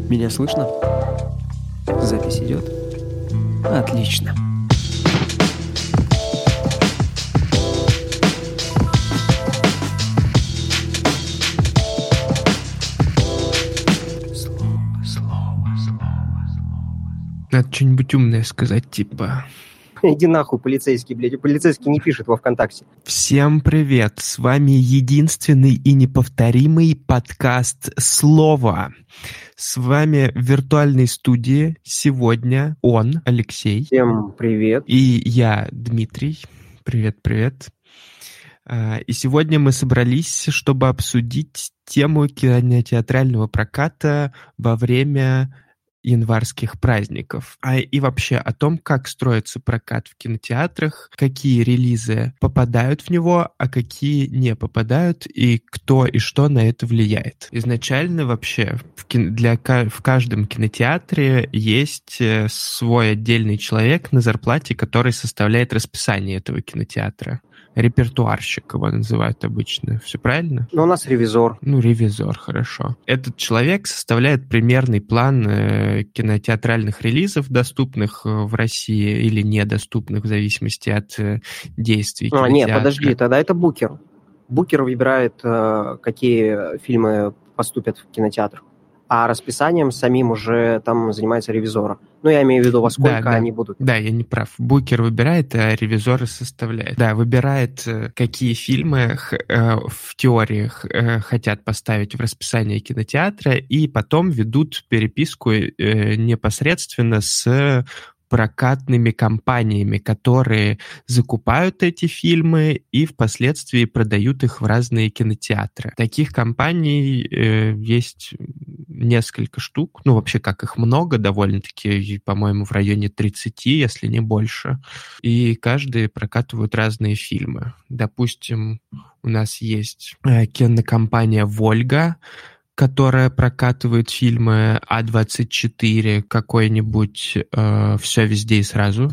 Меня слышно? Запись идет? Отлично. Надо что-нибудь умное сказать, типа... Иди нахуй, полицейский, блядь. Полицейский не пишет во ВКонтакте. Всем привет! С вами единственный и неповторимый подкаст «Слово». С вами в виртуальной студии сегодня он, Алексей. Всем привет. И я, Дмитрий. Привет. И сегодня мы собрались, чтобы обсудить тему кинотеатрального проката во время январских праздников. И вообще о том, как строится прокат в кинотеатрах, какие релизы попадают в него, а какие не попадают, и кто и что на это влияет. Изначально вообще в каждом кинотеатре есть свой отдельный человек на зарплате, который составляет расписание этого кинотеатра. Репертуарщик его называют обычно. Все правильно? Ну, у нас ревизор. Ревизор, хорошо. Этот человек составляет примерный план кинотеатральных релизов, доступных в России или недоступных, в зависимости от действий кинотеатра. Нет, подожди, тогда это букер. Букер выбирает, какие фильмы поступят в кинотеатр. А расписанием самим уже там занимается ревизор. Я имею в виду, во сколько они будут. Да, я не прав. Букер выбирает, а ревизоры составляют. Да, выбирает, какие фильмы в теории хотят поставить в расписание кинотеатра, и потом ведут переписку непосредственно с прокатными компаниями, которые закупают эти фильмы и впоследствии продают их в разные кинотеатры. Таких компаний есть несколько штук. Вообще, как их много, довольно-таки, по-моему, в районе 30, если не больше. И каждый прокатывают разные фильмы. Допустим, у нас есть кинокомпания «Вольга», которая прокатывает фильмы А24, какой-нибудь «Все везде и сразу».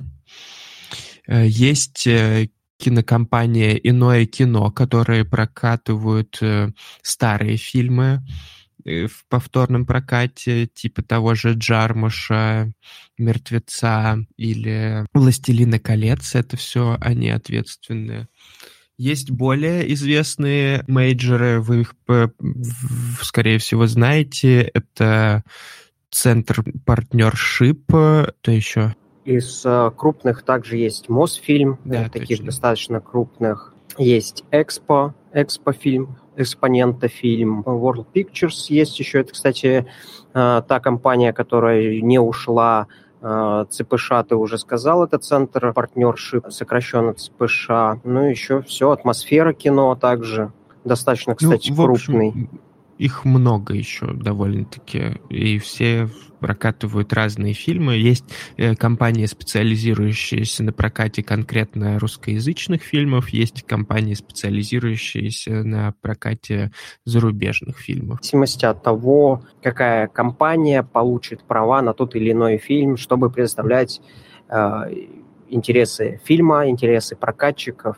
Есть кинокомпания «Иное кино», которые прокатывают старые фильмы в повторном прокате, типа того же «Джармуша», «Мертвеца» или «Властелина колец». Это все они ответственные. Есть более известные мейджоры, вы их, скорее всего, знаете. Это Центр Партнершип, то еще. Из крупных также есть Мосфильм, да, таких точно. Достаточно крупных. Есть Экспофильм, Экспонента фильм, World Pictures есть еще. Это, кстати, та компания, которая не ушла. ЦПШ, ты уже сказал, это Центр Партнершип, сокращенно ЦПШ. Еще все, Атмосфера кино также достаточно, кстати, в общем, крупный. Их много еще довольно-таки, и все прокатывают разные фильмы. Есть компании, специализирующиеся на прокате конкретно русскоязычных фильмов, есть компании, специализирующиеся на прокате зарубежных фильмов. В зависимости от того, какая компания получит права на тот или иной фильм, чтобы предоставлять интересы фильма, интересы прокатчиков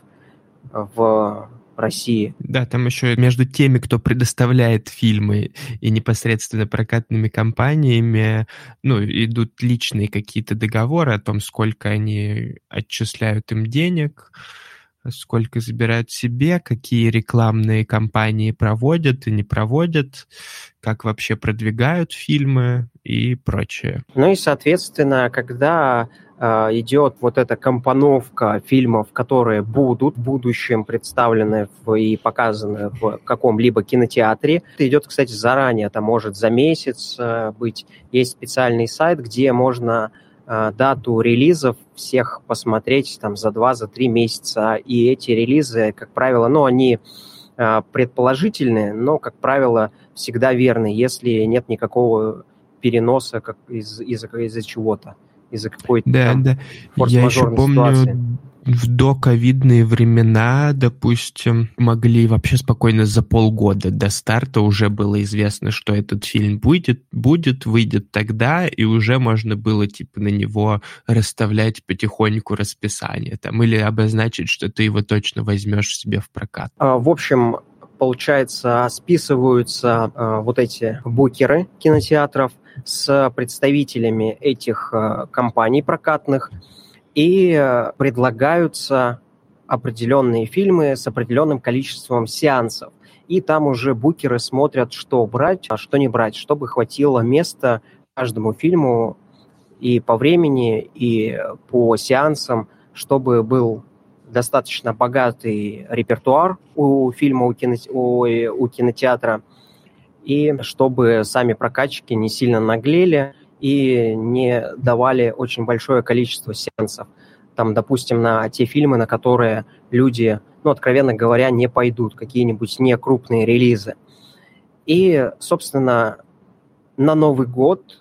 в России. Да, там еще между теми, кто предоставляет фильмы, и непосредственно прокатными компаниями, идут личные какие-то договоры о том, сколько они отчисляют им денег, сколько забирают себе, какие рекламные кампании проводят и не проводят, как вообще продвигают фильмы и прочее. И, соответственно, когда идет вот эта компоновка фильмов, которые будут в будущем представлены и показаны в каком-либо кинотеатре. Это идет, кстати, заранее, это может за месяц быть. Есть специальный сайт, где можно дату релизов всех посмотреть за 2-3 месяца. И эти релизы, как правило, они предположительные, но, как правило, всегда верны, если нет никакого переноса из-за чего-то. Из-за какой-то Я еще помню, ситуации. В доковидные времена, допустим, могли вообще спокойно за полгода до старта уже было известно, что этот фильм выйдет тогда, и уже можно было на него расставлять потихоньку расписание или обозначить, что ты его точно возьмешь себе в прокат. В общем, получается, списываются вот эти букеры кинотеатров с представителями этих компаний прокатных, и предлагаются определенные фильмы с определенным количеством сеансов. И там уже букеры смотрят, что брать, а что не брать, чтобы хватило места каждому фильму и по времени, и по сеансам, чтобы был достаточно богатый репертуар у фильма, у кинотеатра, и чтобы сами прокатчики не сильно наглели и не давали очень большое количество сеансов. Там, допустим, на те фильмы, на которые люди, откровенно говоря, не пойдут, какие-нибудь некрупные релизы. И, собственно, на Новый год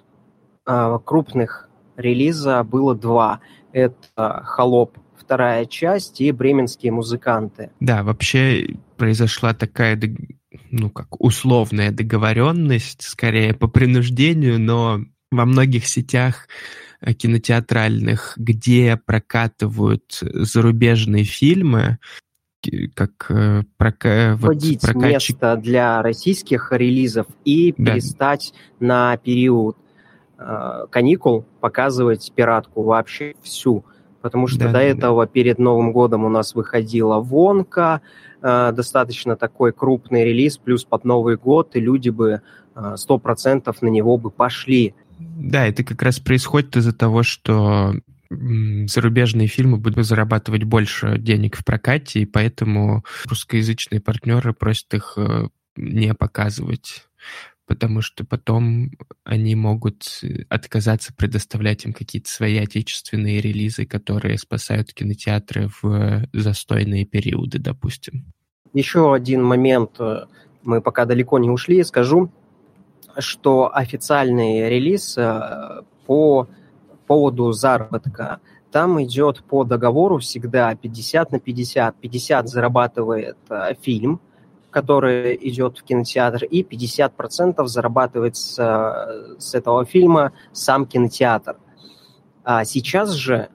крупных релиза было 2. Это «Холоп», вторая часть, и «Бременские музыканты». Да, вообще произошла такая, условная договоренность, скорее по принуждению, но во многих сетях кинотеатральных, где прокатывают зарубежные фильмы, как вводить место для российских релизов и перестать на период каникул показывать пиратку вообще всю. Потому что до этого перед Новым годом у нас выходила «Вонка», достаточно такой крупный релиз, плюс под Новый год, и люди бы 100% на него бы пошли. Да, это как раз происходит из-за того, что зарубежные фильмы будут зарабатывать больше денег в прокате, и поэтому русскоязычные партнеры просят их не показывать, потому что потом они могут отказаться предоставлять им какие-то свои отечественные релизы, которые спасают кинотеатры в застойные периоды, допустим. Еще один момент, мы пока далеко не ушли, скажу, что официальный релиз по поводу заработка, там идет по договору всегда 50 на 50. 50 зарабатывает фильм, который идет в кинотеатр, и 50% зарабатывает с этого фильма сам кинотеатр. А сейчас же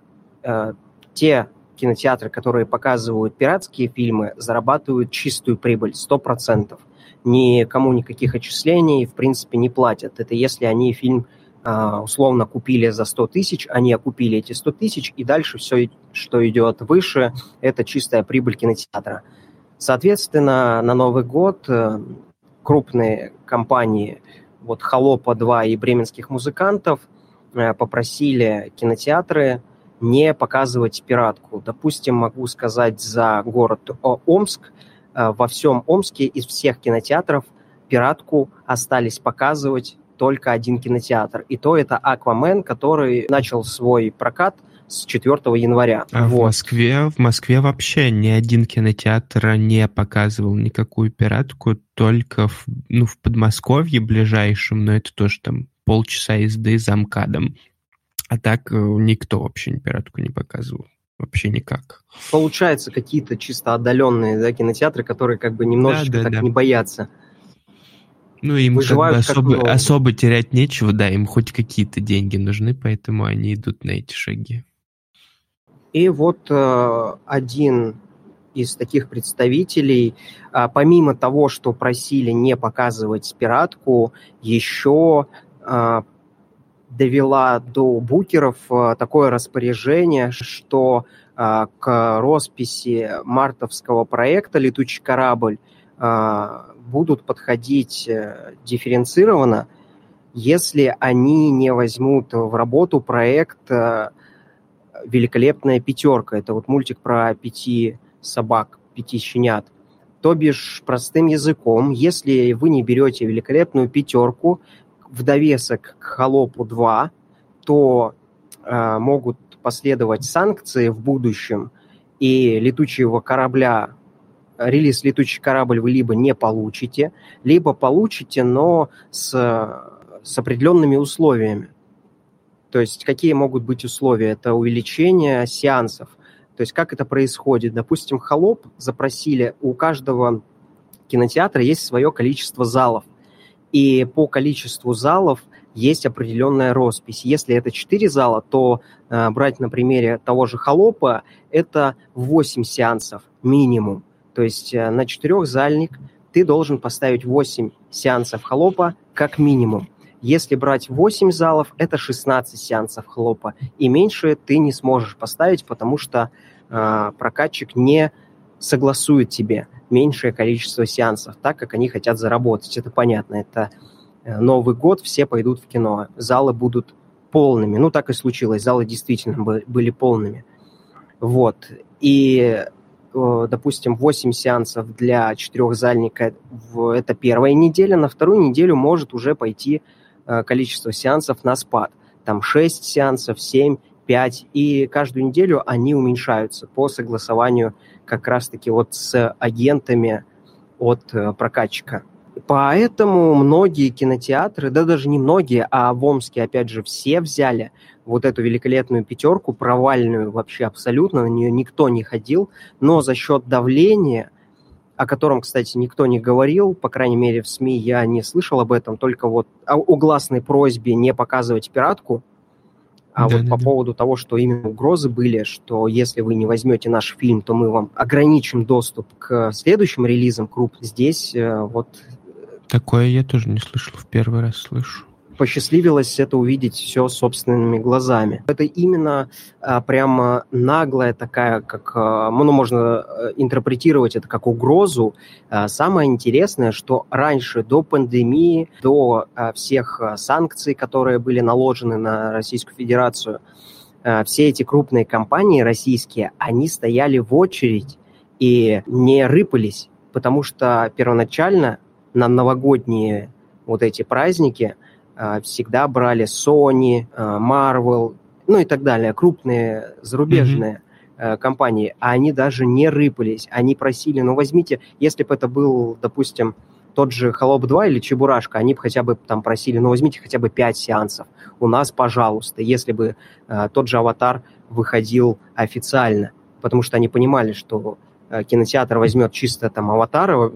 те кинотеатры, которые показывают пиратские фильмы, зарабатывают чистую прибыль, 100%. Никому никаких отчислений, в принципе, не платят. Это если они фильм условно купили за 100 тысяч, они окупили эти 100 тысяч, и дальше все, что идет выше, это чистая прибыль кинотеатра. Соответственно, на Новый год крупные компании, «Холопа 2» и «Бременских музыкантов» попросили кинотеатры не показывать пиратку. Допустим, могу сказать за город Омск. Во всем Омске из всех кинотеатров пиратку остались показывать только один кинотеатр. И то это «Аквамен», который начал свой прокат с 4 января. А в Москве вообще ни один кинотеатр не показывал никакую пиратку, только в Подмосковье ближайшем, но это тоже там полчаса езды за МКАДом. А так никто вообще пиратку не показывал. Вообще никак. Получается, какие-то чисто отдаленные кинотеатры, которые немножечко не боятся. Им особо терять нечего, им хоть какие-то деньги нужны, поэтому они идут на эти шаги. И один из таких представителей, помимо того, что просили не показывать пиратку, еще довела до букеров такое распоряжение, что к росписи мартовского проекта «Летучий корабль» будут подходить дифференцированно, если они не возьмут в работу проект «Великолепная пятерка». Это мультик про 5 собак, 5 щенят. То бишь, простым языком, если вы не берете «Великолепную пятерку» в довесок к «Холопу 2», то могут последовать санкции в будущем, и релиз «Летучий корабль» вы либо не получите, либо получите, но с определенными условиями. То есть какие могут быть условия? Это увеличение сеансов. То есть как это происходит? Допустим, «Холоп» запросили, у каждого кинотеатра есть свое количество залов. И по количеству залов есть определенная роспись. Если это 4 зала, то брать на примере того же «Холопа» это 8 сеансов минимум. То есть на 4-зальник ты должен поставить 8 сеансов «Холопа» как минимум. Если брать 8 залов, это 16 сеансов «Холопа». И меньше ты не сможешь поставить, потому что прокатчик не согласует тебе меньшее количество сеансов, так как они хотят заработать. Это понятно. Это Новый год, все пойдут в кино. Залы будут полными. Ну, так и случилось. Залы действительно были полными. Вот. И, допустим, 8 сеансов для 4-зальника – это первая неделя. На вторую неделю может уже пойти количество сеансов на спад. Там 6 сеансов, 7, 5. И каждую неделю они уменьшаются по согласованию как раз-таки вот с агентами от прокатчика. Поэтому многие кинотеатры, да даже не многие, а в Омске, опять же, все взяли вот эту великолепную пятерку, провальную вообще абсолютно, на нее никто не ходил, но за счет давления, о котором, кстати, никто не говорил, по крайней мере, в СМИ я не слышал об этом, только вот о гласной просьбе не показывать пиратку, по поводу того, что именно угрозы были, что если вы не возьмете наш фильм, то мы вам ограничим доступ к следующим релизам крупным. Здесь вот... Такое я тоже не слышал, в первый раз слышу. Посчастливилось это увидеть все собственными глазами. Это именно прямо наглая такая, как, можно интерпретировать это как угрозу. Самое интересное, что раньше, до пандемии, до всех санкций, которые были наложены на Российскую Федерацию, все эти крупные компании российские, они стояли в очередь и не рыпались, потому что первоначально на новогодние вот эти праздники всегда брали Sony, Marvel, ну и так далее, крупные зарубежные компании, а они даже не рыпались, они просили, возьмите, если бы это был, допустим, тот же «Холоп 2» или «Чебурашка», они бы хотя бы там просили, возьмите хотя бы 5 сеансов, у нас, пожалуйста, если бы тот же «Аватар» выходил официально, потому что они понимали, что кинотеатр возьмет чисто там «Аватара»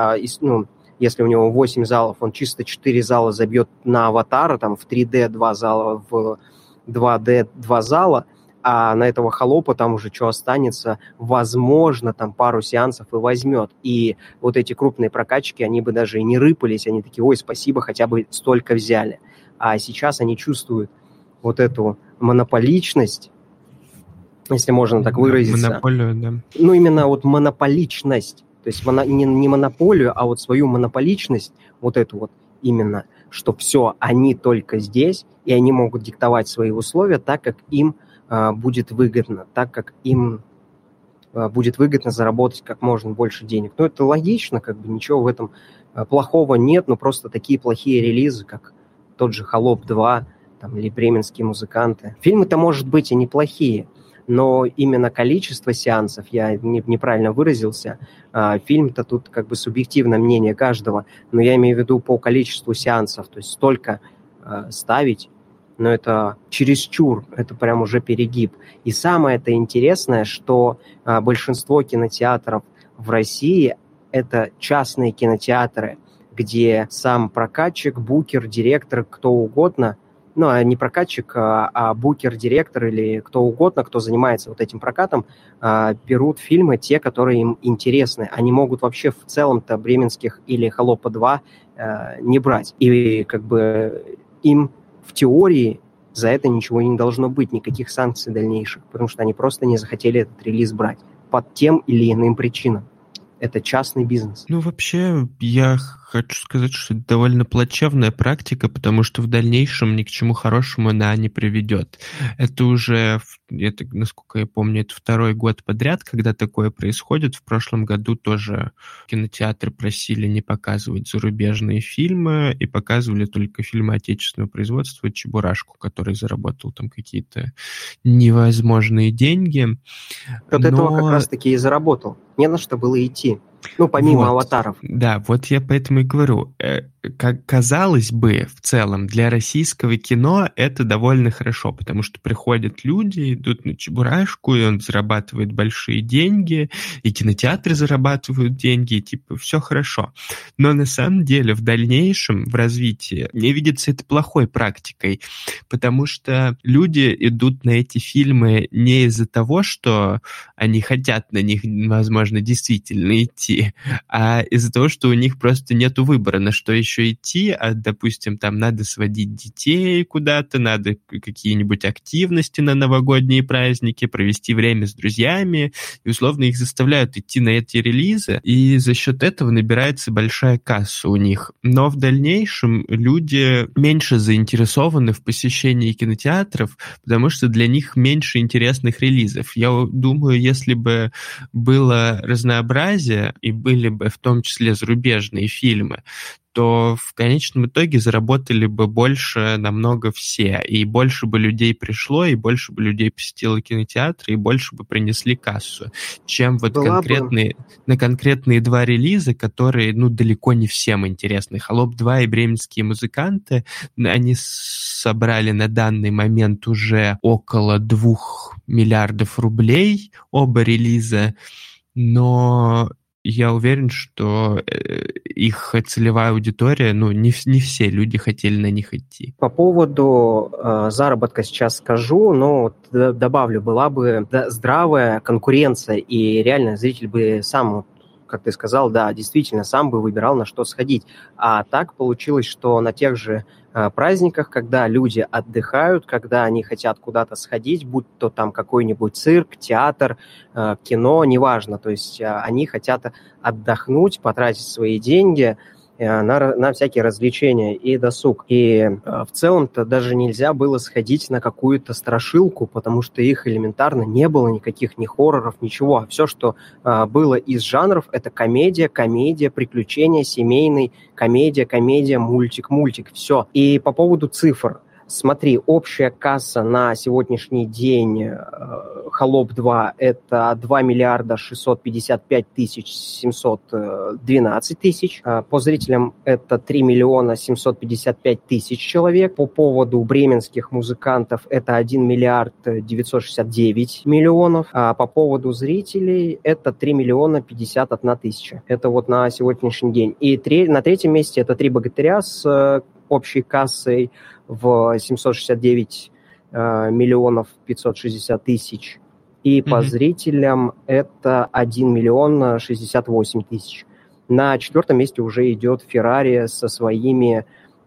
если у него 8 залов, он чисто 4 зала забьет на «Аватара», там в 3D 2 зала, в 2D 2 зала, а на этого «Холопа» там уже что останется, возможно, там пару сеансов и возьмет. И вот эти крупные прокатчики, они бы даже и не рыпались, они такие, ой, спасибо, хотя бы столько взяли. А сейчас они чувствуют вот эту монополичность, если можно так выразиться. Монополию, да. Именно вот монополичность. То есть не монополию, а вот свою монополичность, вот эту вот именно, что все, они только здесь, и они могут диктовать свои условия так, как им будет выгодно, так, как им будет выгодно заработать как можно больше денег. Это логично, ничего в этом плохого нет, но просто такие плохие релизы, как тот же «Холоп 2», или «Бременские музыканты». Фильмы-то, может быть, и неплохие, но именно количество сеансов, я неправильно выразился, фильм-то тут субъективное мнение каждого, но я имею в виду по количеству сеансов, то есть столько ставить, но это чересчур, это прям уже перегиб. И самое-то интересное, что большинство кинотеатров в России – это частные кинотеатры, где сам прокатчик, букер, директор, кто угодно – не прокатчик, а букер, директор или кто угодно, кто занимается вот этим прокатом, берут фильмы, те, которые им интересны. Они могут вообще в целом-то «Бременских» или «Холопа 2» не брать. И им в теории за это ничего не должно быть, никаких санкций дальнейших, потому что они просто не захотели этот релиз брать под тем или иным причинам. Это частный бизнес. Вообще, я хочу сказать, что это довольно плачевная практика, потому что в дальнейшем ни к чему хорошему она не приведет. Это уже, насколько я помню, это 2-й год подряд, когда такое происходит. В прошлом году тоже кинотеатры просили не показывать зарубежные фильмы и показывали только фильмы отечественного производства, «Чебурашку», который заработал там какие-то невозможные деньги. Этого как раз-таки и заработал. Не на что было идти. Помимо «Аватаров». Да, я поэтому и говорю. как казалось бы, в целом, для российского кино это довольно хорошо, потому что приходят люди, идут на Чебурашку, и он зарабатывает большие деньги, и кинотеатры зарабатывают деньги, и типа все хорошо. Но на самом деле в дальнейшем, в развитии, мне видится это плохой практикой, потому что люди идут на эти фильмы не из-за того, что они хотят на них, возможно, действительно идти, а из-за того, что у них просто нету выбора, на что еще идти, а, допустим, там надо сводить детей куда-то, надо какие-нибудь активности на новогодние праздники, провести время с друзьями, и условно их заставляют идти на эти релизы, и за счет этого набирается большая касса у них. Но в дальнейшем люди меньше заинтересованы в посещении кинотеатров, потому что для них меньше интересных релизов. Я думаю, если бы было разнообразие, и были бы в том числе зарубежные фильмы, то в конечном итоге заработали бы больше намного все, и больше бы людей пришло, и больше бы людей посетило кинотеатры, и больше бы принесли кассу, чем вот на конкретные два релиза, которые, далеко не всем интересны. «Холоп 2» и «Бременские музыканты», они собрали на данный момент уже около 2 миллиардов рублей, оба релиза, но я уверен, что их целевая аудитория, не все люди хотели на них идти. По поводу заработка сейчас скажу, но добавлю, была бы здравая конкуренция, и реально зритель бы сам, как ты сказал, да, действительно, сам бы выбирал, на что сходить. А так получилось, что на тех же праздниках, когда люди отдыхают, когда они хотят куда-то сходить, будь то там какой-нибудь цирк, театр, кино, неважно, то есть они хотят отдохнуть, потратить свои деньги на всякие развлечения и досуг. И в целом-то даже нельзя было сходить на какую-то страшилку, потому что их элементарно не было, никаких ни хорроров, ничего. Все, что было из жанров, это комедия, приключения, семейный, комедия, мультик, все. И по поводу цифр. Смотри, общая касса на сегодняшний день «Холоп 2» это 2 миллиарда 655 тысяч 712 тысяч. По зрителям это 3 миллиона 755 тысяч человек. По поводу бременских музыкантов это 1 миллиард 969 миллионов. А по поводу зрителей это 3 миллиона 51 тысяча. Это вот на сегодняшний день. И на третьем месте это «Три богатыря» с общей кассой в 769 миллионов 560 тысяч. И по зрителям это 1 миллион 68 тысяч. На четвертом месте уже идет «Феррари» со своими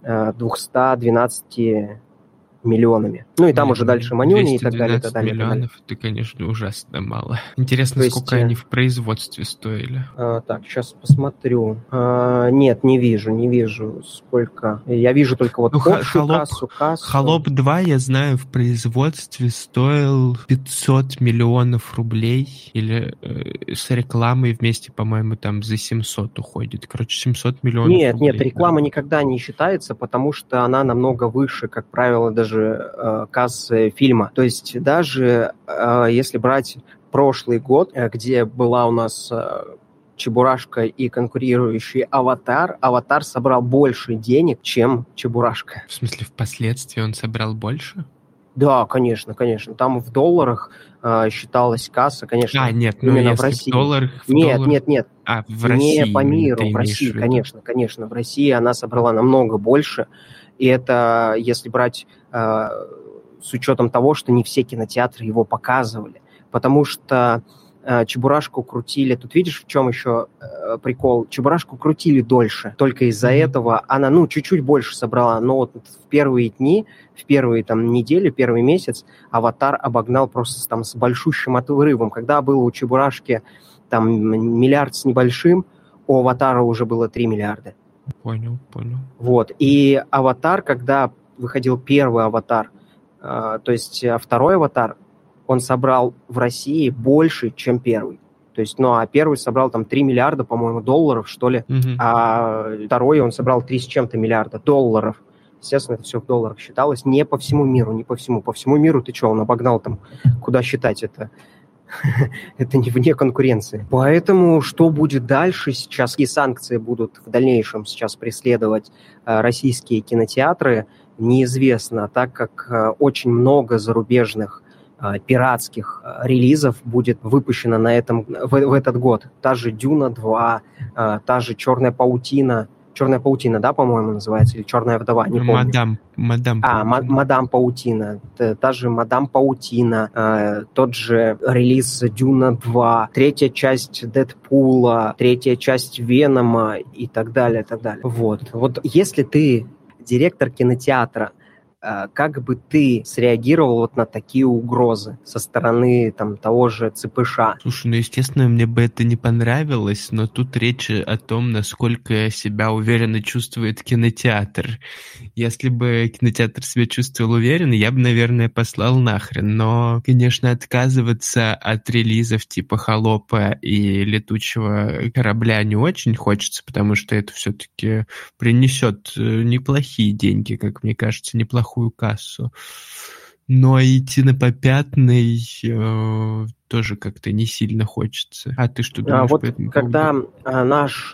212 миллионами. И там уже дальше «Манюни» и так далее. 212 миллионов, это, конечно, ужасно мало. Интересно, сколько они в производстве стоили? Так, сейчас посмотрю. Нет, не вижу, сколько. Я вижу только вот общую кассу. «Холоп 2», я знаю, в производстве стоил 500 миллионов рублей, или с рекламой вместе, по-моему, там за 700 уходит. Короче, 700 миллионов рублей. Нет, реклама никогда не считается, потому что она намного выше, как правило, даже кассы фильма. То есть даже если брать прошлый год, где была у нас Чебурашка и конкурирующий «Аватар», «Аватар» собрал больше денег, чем Чебурашка. В смысле, впоследствии он собрал больше? Да, конечно. Там в долларах считалась касса, конечно. Нет, именно в России. В долларах... Нет. В России. Не по миру, в России, конечно. В России она собрала намного больше. И это, если брать с учетом того, что не все кинотеатры его показывали. Потому что Чебурашку крутили... Тут видишь, в чем еще прикол? Чебурашку крутили дольше. Только из-за этого она, чуть-чуть больше собрала. Но вот в первые дни, в первые недели, первый месяц «Аватар» обогнал просто с большущим отрывом. Когда было у Чебурашки миллиард с небольшим, у «Аватара» уже было 3 миллиарда. Понял. Вот. И «Аватар», когда выходил первый «Аватар», то есть второй «Аватар», он собрал в России больше, чем первый. То есть, а первый собрал 3 миллиарда, по-моему, долларов, что ли, а второй он собрал 3 с чем-то миллиарда долларов. Естественно, это все в долларах считалось. Не по всему миру, не по всему. По всему миру ты что, он обогнал куда считать это? Это не вне конкуренции. Поэтому что будет дальше сейчас, какие санкции будут в дальнейшем сейчас преследовать российские кинотеатры, неизвестно, так как очень много зарубежных пиратских релизов будет выпущено в этот год. Та же «Дюна 2», та же «Черная паутина». «Черная паутина», да, по-моему, называется, или «Черная вдова», не помню. Мадам Паутина. «Мадам Паутина». Та же «Мадам Паутина», тот же релиз «Дюна 2», третья часть «Дэдпула», третья часть «Венома» и так далее, так далее. Вот если ты директор кинотеатра, как бы ты среагировал вот на такие угрозы со стороны там того же ЦПШ? Слушай, естественно, мне бы это не понравилось, но тут речь о том, насколько себя уверенно чувствует кинотеатр. Если бы кинотеатр себя чувствовал уверенно, я бы, наверное, послал нахрен. Но, конечно, отказываться от релизов типа «Холопа» и «Летучего корабля» не очень хочется, потому что это все-таки принесет неплохие деньги, как мне кажется, неплохую кассу. Но идти на попятный тоже как-то не сильно хочется. А ты что думаешь по этому поводу? Когда наш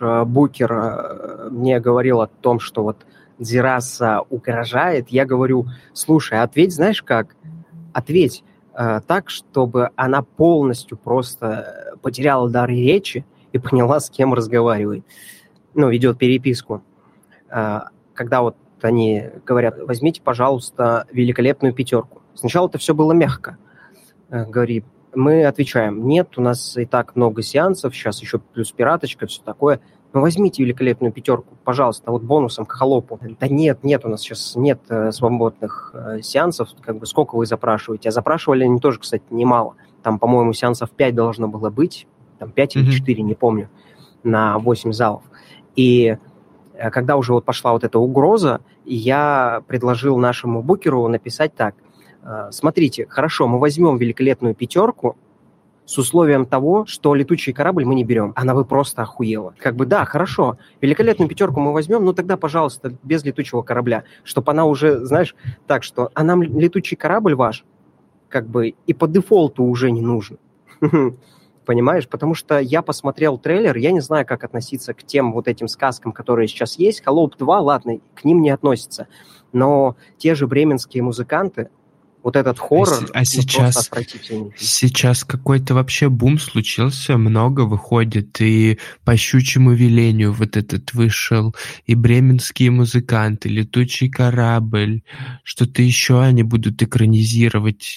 букер мне говорил о том, что вот Дзираса угрожает, я говорю, слушай, ответь, знаешь как? Ответь так, чтобы она полностью просто потеряла дар речи и поняла, с кем разговаривает. Ведет переписку. Когда вот они говорят, возьмите, пожалуйста, великолепную пятерку. Сначала это все было мягко. Говорит, мы отвечаем, нет, у нас и так много сеансов, сейчас еще плюс пираточка, все такое. Ну, возьмите великолепную пятерку, пожалуйста, вот бонусом к холопу. Да нет, у нас сейчас нет свободных сеансов, как бы сколько вы запрашиваете. А запрашивали они тоже, кстати, немало. Там, по-моему, сеансов 5 должно было быть, там 5 или 4, не помню, на 8 залов. И когда уже вот пошла вот эта угроза, я предложил нашему букеру написать так. Смотрите, хорошо, мы возьмем великолепную пятерку с условием того, что летучий корабль мы не берем. Она бы просто охуела. Как бы, да, хорошо, великолепную пятерку мы возьмем, но тогда, пожалуйста, без летучего корабля. Чтобы она уже, знаешь, так что, а нам летучий корабль ваш, как бы, и по дефолту уже не нужен. Понимаешь? Потому что я посмотрел трейлер, я не знаю, как относиться к тем вот этим сказкам, которые сейчас есть. «Холоп 2», ладно, к ним не относится. Но те же бременские музыканты, вот этот хоррор, просто отвратительный. Сейчас какой-то вообще бум случился, много выходит, и «По щучьему велению» вот этот вышел, и «Бременские музыканты», «Летучий корабль», что-то еще они будут экранизировать.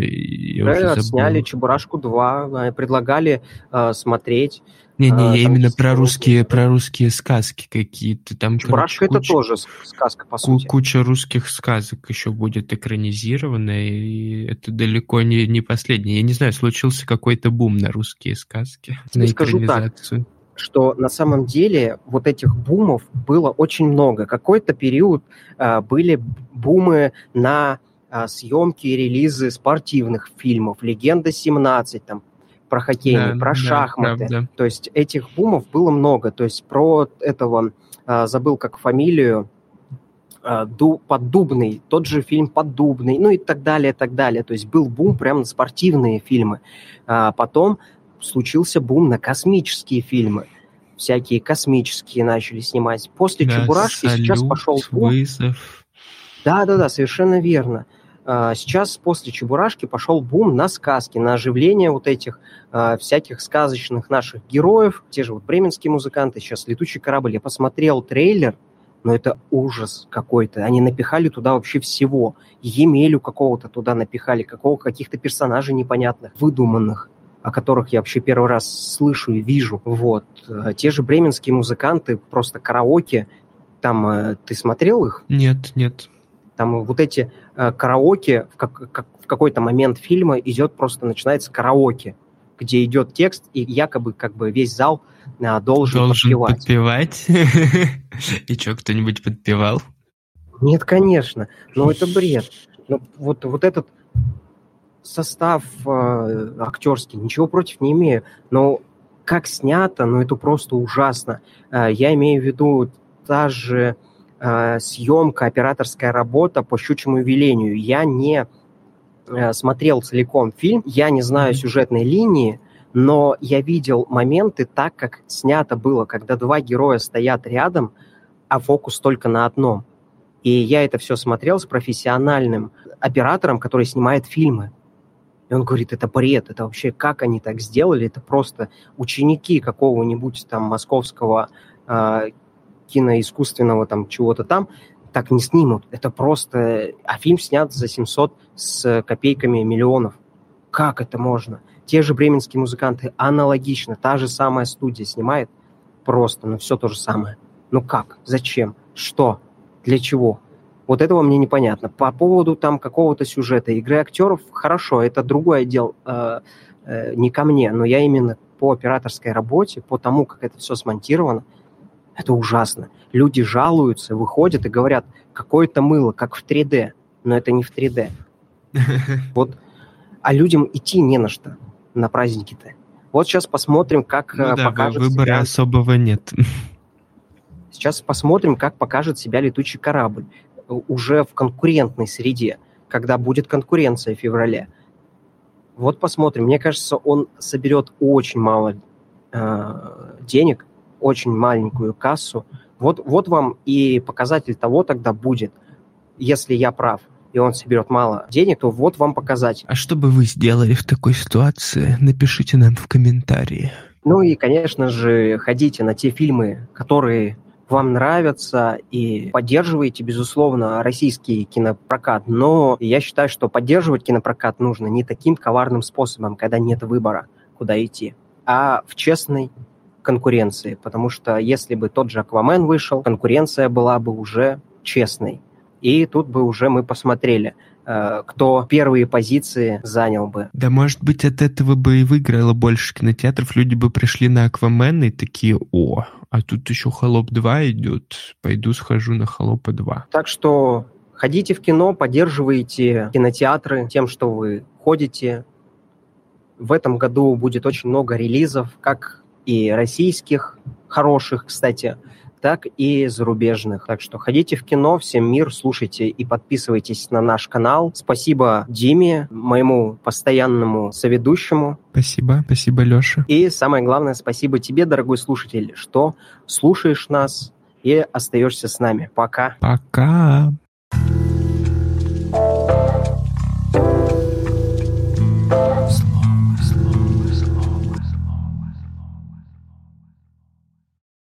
Сняли «Чебурашку 2», предлагали смотреть. Я именно про русские сказки какие-то. Там, «Чебурашка» это тоже сказка, по сути. Куча русских сказок еще будет экранизирована, и это далеко не последнее. Я не знаю, случился какой-то бум на русские сказки, на экранизацию. Так, что на самом деле вот этих бумов было очень много. Какой-то период были бумы на съемки и релизы спортивных фильмов. «Легенда 17», там, про хоккейный, про шахматы. Правда. То есть этих бумов было много. То есть про этого, забыл как фамилию, Поддубный, тот же фильм «Поддубный», ну и так далее, так далее. То есть был бум прямо на спортивные фильмы. Потом случился бум на космические фильмы. Всякие космические начали снимать. После «Чебурашки» сейчас пошел бум. Вызов. Да, совершенно верно. Сейчас после «Чебурашки» пошел бум на сказки, на оживление вот этих всяких сказочных наших героев. Те же вот бременские музыканты, сейчас «Летучий корабль». Я посмотрел трейлер, но это ужас какой-то. Они напихали туда вообще всего. Емелю какого-то туда напихали, каких-то персонажей непонятных, выдуманных, о которых я вообще первый раз слышу и вижу. Вот. Те же бременские музыканты, просто караоке. Там ты смотрел их? Нет. Там вот эти караоке, в какой-то момент фильма начинается караоке, где идет текст, и якобы как бы весь зал должен подпевать. И что, кто-нибудь подпевал? Нет, конечно, но это бред. Но вот этот состав актерский, ничего против не имею, но как снято, это просто ужасно. Я имею в виду та же съемка, операторская работа по щучьему велению. Я не смотрел целиком фильм, я не знаю сюжетной линии, но я видел моменты так, как снято было, когда два героя стоят рядом, а фокус только на одном. И я это все смотрел с профессиональным оператором, который снимает фильмы. И он говорит, это бред, это вообще как они так сделали? Это просто ученики какого-нибудь там московского киноискусственного там чего-то там так не снимут. Это просто... А фильм снят за 700 с копейками миллионов. Как это можно? Те же бременские музыканты аналогично, та же самая студия снимает. Просто, все то же самое. Как? Зачем? Что? Для чего? Вот этого мне непонятно. По поводу там какого-то сюжета, игры актеров, хорошо, это другой отдел, не ко мне, но я именно по операторской работе, по тому, как это все смонтировано, это ужасно. Люди жалуются, выходят и говорят, какое-то мыло, как в 3D, но это не в 3D. Вот. А людям идти не на что на праздники-то. Вот сейчас посмотрим, как покажет выбора себя... особого нет. Сейчас посмотрим, как покажет себя летучий корабль уже в конкурентной среде, когда будет конкуренция в феврале. Вот посмотрим. Мне кажется, он соберет очень мало денег, очень маленькую кассу. Вот вам и показатель того тогда будет. Если я прав, и он соберет мало денег, то вот вам показатель. А что бы вы сделали в такой ситуации? Напишите нам в комментарии. И, конечно же, ходите на те фильмы, которые вам нравятся, и поддерживаете, безусловно, российский кинопрокат. Но я считаю, что поддерживать кинопрокат нужно не таким коварным способом, когда нет выбора, куда идти, а в честной конкуренции. Потому что если бы тот же «Аквамен» вышел, конкуренция была бы уже честной. И тут бы уже мы посмотрели, кто первые позиции занял бы. Да, может быть, от этого бы и выиграло больше кинотеатров. Люди бы пришли на «Аквамен» и такие, а тут еще «Холоп 2» идет. Пойду схожу на «Холопа 2». Так что ходите в кино, поддерживайте кинотеатры тем, что вы ходите. В этом году будет очень много релизов, как и российских, хороших, кстати, так и зарубежных. Так что ходите в кино, всем мир, слушайте и подписывайтесь на наш канал. Спасибо Диме, моему постоянному соведущему. Спасибо, Леша. И самое главное, спасибо тебе, дорогой слушатель, что слушаешь нас и остаешься с нами. Пока. Пока.